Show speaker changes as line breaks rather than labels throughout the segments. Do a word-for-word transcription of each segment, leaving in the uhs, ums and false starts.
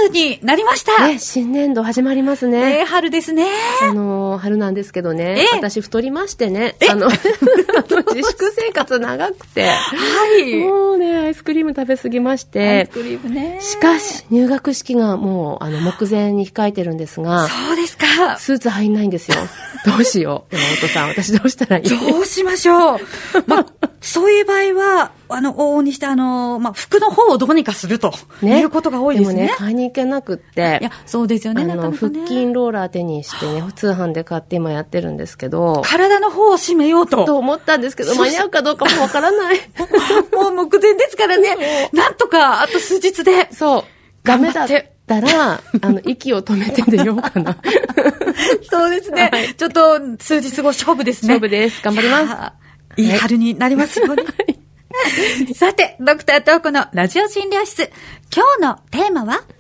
月になりました。
ね、新年度始まりますね。
えー、春ですね。
あのー、春なんですけどね、
えー、
私太りましてね、あの、自粛生活長くて、
はい。
もうね、アイスクリーム食べ過ぎまして、
アイスクリームね。
しかし、入学式がもう、あの、目前に控えてるんですが、
そうですか。
スーツ入んないんですよ。どうしよう。山本さん、私どうしたらいい？
どうしましょう。まあ、そういう場合は、あの、往々にして、あの、まあ、服の方をどうにかすると、ね、いうことが多いですね。
でもね、買いに行けなくって。
いや、そうですよね、
あの、
なかなかね、
腹筋ローラー手にしてね、通販で買って今やってるんですけど。
体の方を締めようと。
と思ったんですけど、間に合うかどうかもわからない。
もう目前ですからね。なんとか、あと数日で。
そう。ダメだったら、あの、息を止めて出ようかな。
そうですね、はい。ちょっと、数日後勝負ですね。
勝負です。頑張ります。
いい春になりますように。はい、さて、ドクタートーコのラジオ診療室。今日のテーマは、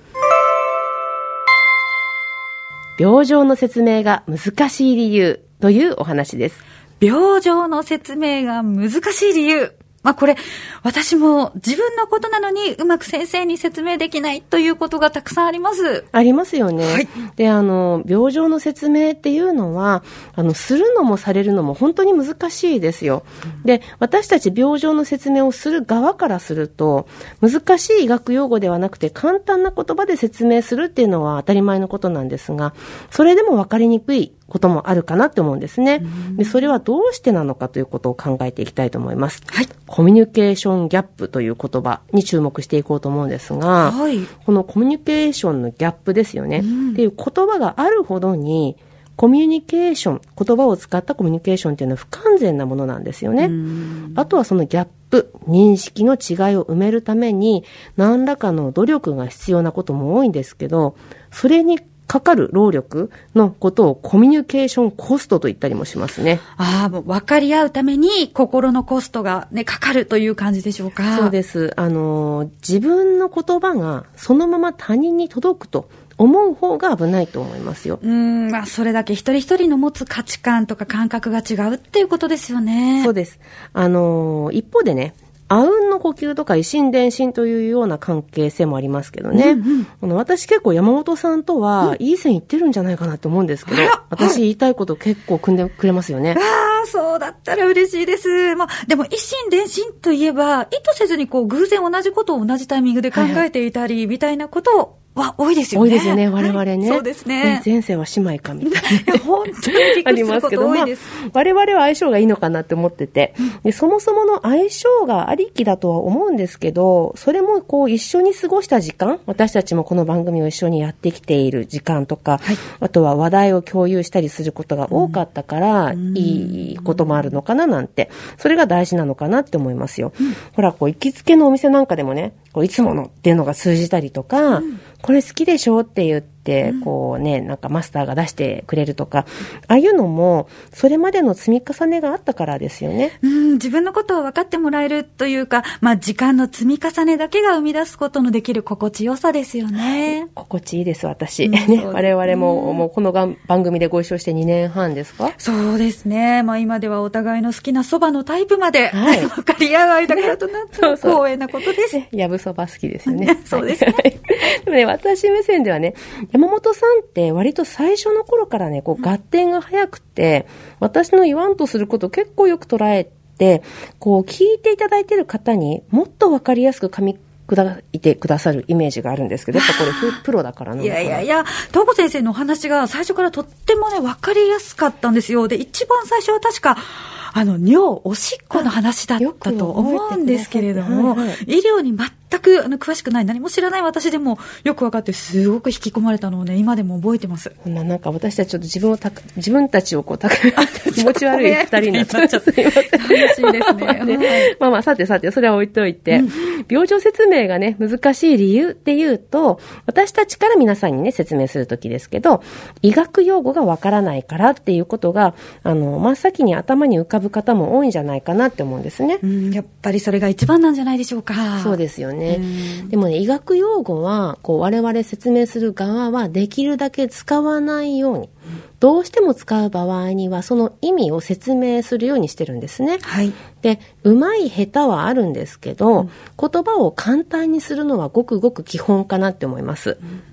病状の説明が難しい理由というお話です。
病状の説明が難しい理由。まあこれ、私も自分のことなのにうまく先生に説明できないということがたくさんあります。
ありますよね。
はい。
で、あの、病状の説明っていうのは、あの、するのもされるのも本当に難しいですよ。うん、で、私たち病状の説明をする側からすると、難しい医学用語ではなくて簡単な言葉で説明するっていうのは当たり前のことなんですが、それでも分かりにくいこともあるかなって思うんですね。で、それはどうしてなのかということを考えていきたいと思います。
はい。
コミュニケーションギャップという言葉に注目していこうと思うんですが、
はい、
このコミュニケーションのギャップですよね。っていう言葉があるほどに、コミュニケーション、言葉を使ったコミュニケーションっていうのは不完全なものなんですよね。あとはそのギャップ、認識の違いを埋めるために何らかの努力が必要なことも多いんですけど、それにかかる労力のことをコミュニケーションコストと言ったりもしますね。
ああ、もう分かり合うために心のコストがね、かかるという感じでしょうか。
そうです。あの、自分の言葉がそのまま他人に届くと思う方が危ないと思いますよ。
うーん、まあ、それだけ一人一人の持つ価値観とか感覚が違うっていうことですよね。
そうです。あの、一方でね、あうんの呼吸とか以心伝心というような関係性もありますけどね。うんうん、あの私結構山本さんとはいい線いってるんじゃないかなと思うんですけど、私言いたいこと結構組んでくれますよね。
ああ、そうだったら嬉しいです。まあ、でも一心伝心といえば、意図せずにこう偶然同じことを同じタイミングで考えていたり、はい、みたいなことをは多いですよね。
多いですよね、我々ね。はい、
そうですね。
前世は姉妹かみたいな。
本当にびっくりすること多いです。
まあ、我々は相性がいいのかなって思ってて、で、そもそもの相性がありきだとは思うんですけど、それもこう一緒に過ごした時間、私たちもこの番組を一緒にやってきている時間とか、はい、あとは話題を共有したりすることが多かったから、うん、いいこともあるのかななんて、それが大事なのかなって思いますよ。うん、ほら、こう行きつけのお店なんかでもね、こういつものっていうのが通じたりとか、うん、これ好きでしょって言って、こうね、なんかマスターが出してくれるとか、ああいうのも、それまでの積み重ねがあったからですよね。
うん、自分のことを分かってもらえるというか、まあ時間の積み重ねだけが生み出すことのできる心地よさですよね。
心地いいです、私。うん、ね、我々も、もうこの番組でご一緒してにねんはんですか？
そうですね。まあ今ではお互いの好きなそばのタイプまで、はい、分かり合う間柄となって、光栄なことです。
ね、やぶそば好きですよね。
そうですね。
でもね、私目線ではね、山本さんって割と最初の頃からね、こう合点が早くて、私の言わんとすることを結構よく捉えて、こう聞いていただいている方にもっとわかりやすく噛み砕いてくださるイメージがあるんですけど、やっぱこれプロだからなのかな。
いやいやいや、東子先生のお話が最初からとってもね、わかりやすかったんですよ。で、一番最初は確か、あの、尿、おしっこの話だったと思うんですけれども、はいはい、医療に全くあの詳しくない、何も知らない私でもよく分かって、すごく引き込まれたのをね、今でも覚えてます。
な, なんか私たちちょっと自分をた自分たちをこうた気持ち悪い二人になっちゃって、すいません。
楽しいですね。ね、
はい、まあまあ、さてさて、それは置いといて、うん、病状説明がね、難しい理由っていうと、私たちから皆さんにね、説明するときですけど、医学用語がわからないからっていうことが、あの、真っ先に頭に浮かぶ方も多いんじゃないかなって思うんですね。
うん、やっぱりそれが一番なんじゃないでしょうか。
そうですよね。でもね、医学用語はこう我々説明する側はできるだけ使わないように、どうしても使う場合にはその意味を説明するようにしてるんですね。
はい。
で、うまい下手はあるんですけど、うん、言葉を簡単にするのはごくごく基本かなって思います。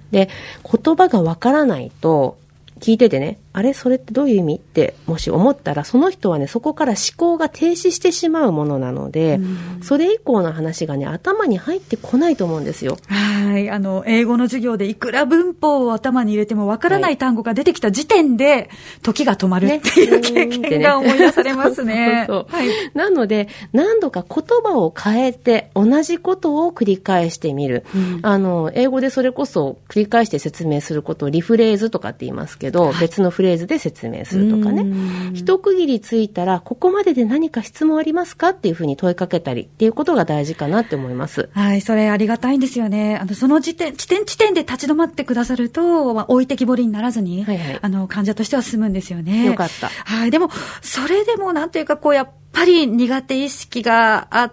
で、言葉がわからないと、聞いててね、あれそれってどういう意味ってもし思ったら、その人はね、そこから思考が停止してしまうものなので、うん、それ以降の話がね、頭に入ってこないと思うんですよ。
はい。あの、英語の授業でいくら文法を頭に入れてもわからない単語が出てきた時点で、時が止まるっていう経験が思い出されますね。
そうそうそう、はい。なので、何度か言葉を変えて、同じことを繰り返してみる。うん、あの、英語でそれこそ繰り返して説明することをリフレーズとかって言いますけど、はい、別のフレーズで説明するとかね。一区切りついたら、ここまでで何か質問ありますかっていうふうに問いかけたりっていうことが大事かなって思います。
はい、それありがたいんですよね。あの、その時点、地点地点で立ち止まってくださると、まあ、置いてきぼりにならずに、はいはい、あの、患者としては進むんですよね。
よかった。
はい、でも、それでもなんていうか、こう、やっぱり苦手意識があって、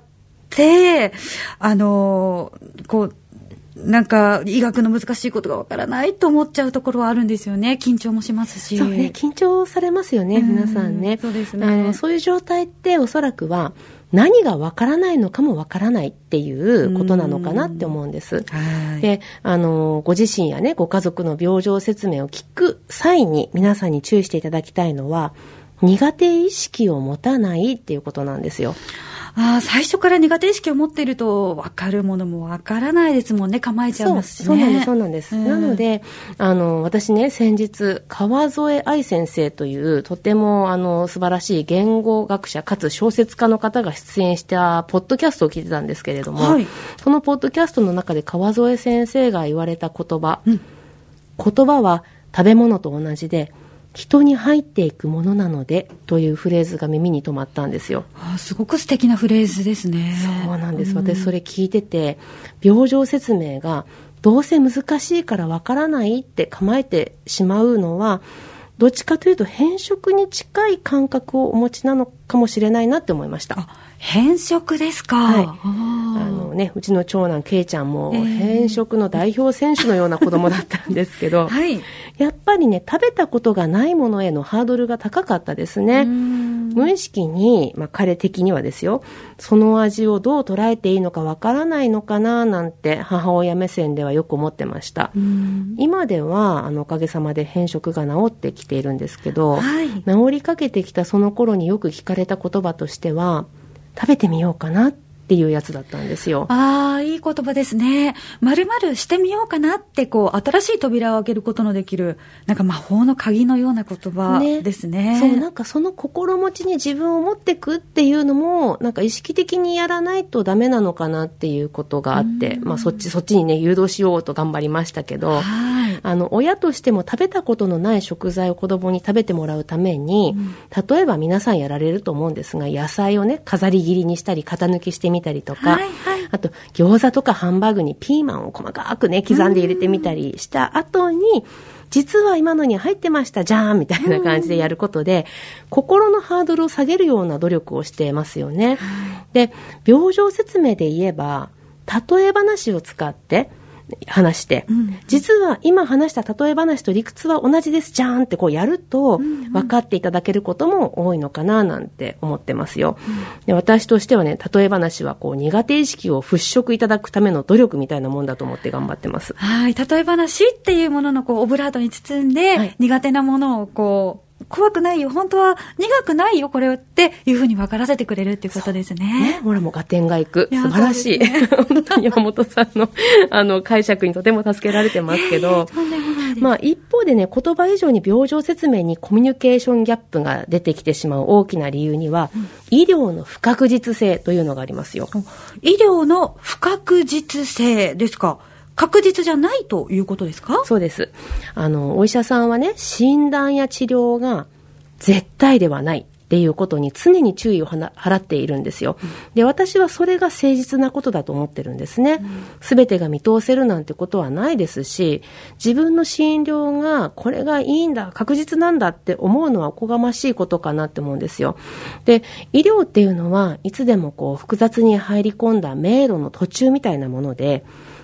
あの、こう、なんか医学の難しいことがわからないと思っちゃうところはあるんですよね。緊張もしますし。
そうね、緊張されますよね、皆さんね。
そうですね。
あの、そういう状態っておそらくは何がわからないのかもわからないっていうことなのかなって思うんです。
はい。
で、あの、ご自身やね、ご家族の病状説明を聞く際に皆さんに注意していただきたいのは、苦手意識を持たないっていうことなんですよ。
ああ、最初から苦手意識を持っていると分かるものも分からないですもんね。構えちゃいますしね。
そう、そうなんです、そうなんです。なので、あの、私ね、先日、川添愛先生という、とても、あの、素晴らしい言語学者かつ小説家の方が出演したポッドキャストを聞いてたんですけれども、はい、そのポッドキャストの中で川添先生が言われた言葉、うん、言葉は食べ物と同じで、人に入っていくものなのでというフレーズが耳に留まったんですよ。
あ、すごく素敵なフレーズですね。
そうなんです。私それ聞いてて、病状説明がどうせ難しいからわからないって構えてしまうのは、どっちかというと偏食に近い感覚をお持ちなのかもしれないなって思いました。
あ、偏食ですか。
はい。あのね、うちの長男ケイちゃんも偏食の代表選手のような子供だったんですけど、
はい、
やっぱりね、食べたことがないものへのハードルが高かったですね。無意識に、まあ、彼的にはですよ、その味をどう捉えていいのかわからないのかななんて母親目線ではよく思ってました。今ではあのおかげさまで偏食が治ってきているんですけど、はい、治りかけてきたその頃によく聞かれた言葉としては、食べてみようかなっていうやつだったんですよ。
ああ、いい言葉ですね。丸々してみようかなって、こう、新しい扉を開けることのできる、なんか魔法の鍵のような言葉ですね。
ね、そう、なんかその心持ちに自分を持ってくっていうのも、なんか意識的にやらないとダメなのかなっていうことがあって、まあそっち、そっちにね、誘導しようと頑張りましたけど、はい、あの、親としても食べたことのない食材を子供に食べてもらうために、うん、例えば皆さんやられると思うんですが、野菜をね、飾り切りにしたり、型抜きしてみたりとか、はいはい、あと餃子とかハンバーグにピーマンを細かくね刻んで入れてみたりした後に、実は今のに入ってましたじゃんみたいな感じでやることで、心のハードルを下げるような努力をしていますよね。で、病状説明で言えば例え話を使って話して、うん、実は今話した例え話と理屈は同じですじゃんってこうやると分かっていただけることも多いのかななんて思ってますよ。うん、で、私としてはね、例え話はこう苦手意識を払拭いただくための努力みたいなもんだと思って頑張ってます。
はい、例え話っていうもののこうオブラートに包んで、はい、苦手なものをこう怖くないよ、本当は苦くないよこれっていうふうに分からせてくれるっていうことですね。
ね、ほらもう合点がいく、素晴らしい、ね、本当に山本さんのあの解釈にとても助けられてますけど、まあ一方でね、言葉以上に病状説明にコミュニケーションギャップが出てきてしまう大きな理由には、うん、医療の不確実性というのがありますよ。
医療の不確実性ですか。確実じゃないということですか？
そうです。あの、お医者さんはね、診断や治療が絶対ではないっていうことに常に注意を払っているんですよ。で、私はそれが誠実なことだと思ってるんですね。すべてが見通せるなんてことはないですし、自分の診療がこれがいいんだ、確実なんだって思うのはおこがましいことかなって思うんですよ。で、医療っていうのはいつでもこう複雑に入り込んだ迷路の途中みたいなもので、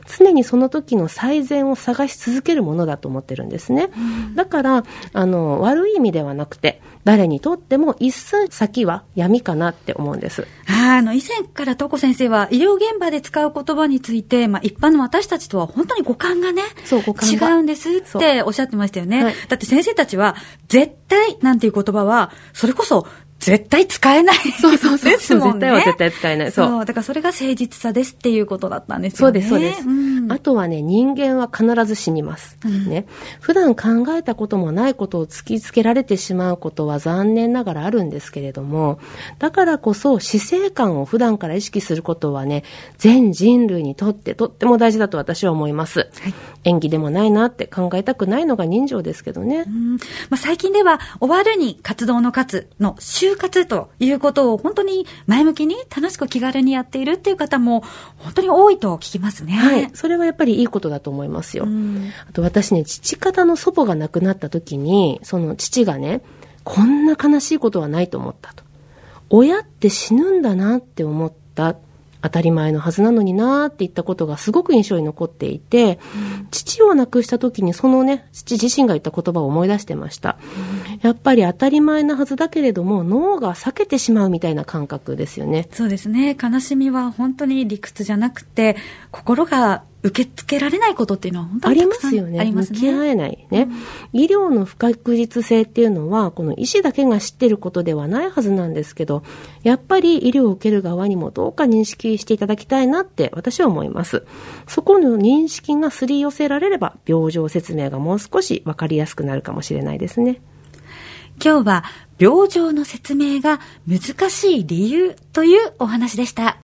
常にその時の最善を探し続けるものだと思ってるんですね。うん、だからあの悪い意味ではなくて、誰にとっても一寸先は闇かなって思うんです。
ああの以前から東子先生は医療現場で使う言葉について、まあ、一般の私たちとは本当に五感がね、
そう五感が
違うんですっておっしゃってましたよね。はい、だって先生たちは絶対なんていう言葉はそれこそ絶対使えない
そうそうそう
ですもんね。
絶対は絶対使えない。そう。
そうだからそれが誠実さですっていうことだったんですよね。
そうです、そうです。うん、あとはね、人間は必ず死にます。うん、ね。普段考えたこともないことを突きつけられてしまうことは残念ながらあるんですけれども、だからこそ死生観を普段から意識することはね、全人類にとってとっても大事だと私は思います。はい、演技でもないなって考えたくないのが人情ですけどね。
うんまあ、最近では終わるに活動の活の就活ということを本当に前向きに楽しく気軽にやっているっていう方も本当に多いと聞きますね。
はい。それはやっぱりいいことだと思いますよ。うん、あと私ね、父方の祖母が亡くなった時に、その父がね、こんな悲しいことはないと思ったと。親って死ぬんだなって思った。当たり前のはずなのになーって言ったことがすごく印象に残っていて、うん、父を亡くした時にそのね、父自身が言った言葉を思い出してました。うん、やっぱり当たり前なはずだけれども脳が避けてしまうみたいな感覚ですよね。
そうですね。悲しみは本当に理屈じゃなくて心が受け付けられないことっていうのは本当にたくさんありますよね。
ありますよね。向き合えないね、うん。医療の不確実性っていうのはこの医師だけが知ってることではないはずなんですけど、やっぱり医療を受ける側にもどうか認識していただきたいなって私は思います。そこの認識がすり寄せられれば病状説明がもう少し分かりやすくなるかもしれないですね。
今日は病状の説明が難しい理由というお話でした。